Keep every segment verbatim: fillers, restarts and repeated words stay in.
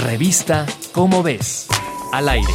Revista Cómo Ves, al aire.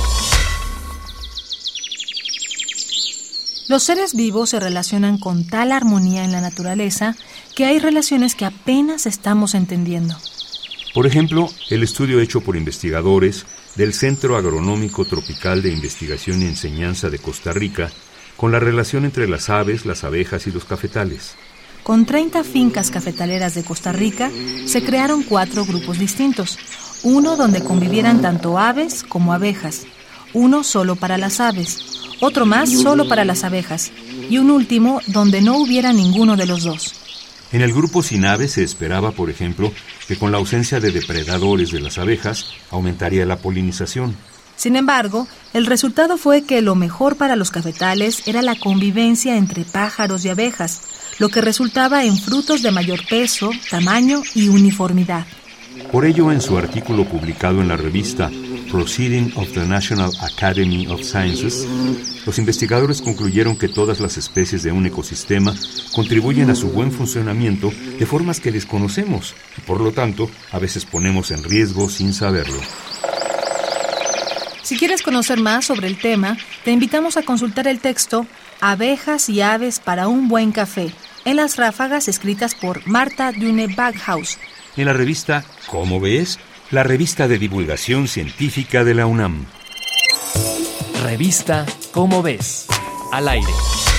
Los seres vivos se relacionan con tal armonía en la naturaleza que hay relaciones que apenas estamos entendiendo. Por ejemplo, el estudio hecho por investigadores del Centro Agronómico Tropical de Investigación y Enseñanza de Costa Rica con la relación entre las aves, las abejas y los cafetales. Con treinta fincas cafetaleras de Costa Rica, se crearon cuatro grupos distintos. Uno donde convivieran tanto aves como abejas, uno solo para las aves, otro más solo para las abejas, y un último donde no hubiera ninguno de los dos. En el grupo sin aves se esperaba, por ejemplo, que con la ausencia de depredadores de las abejas aumentaría la polinización. Sin embargo, el resultado fue que lo mejor para los cafetales era la convivencia entre pájaros y abejas, lo que resultaba en frutos de mayor peso, tamaño y uniformidad. Por ello, en su artículo publicado en la revista Proceedings of the National Academy of Sciences, los investigadores concluyeron que todas las especies de un ecosistema contribuyen a su buen funcionamiento de formas que desconocemos y, por lo tanto, a veces ponemos en riesgo sin saberlo. Si quieres conocer más sobre el tema, te invitamos a consultar el texto Abejas y aves para un buen café, en las ráfagas escritas por Marta Dune Backhaus, en la revista ¿Cómo ves?, la revista de divulgación científica de la UNAM. Revista Cómo Ves, al aire.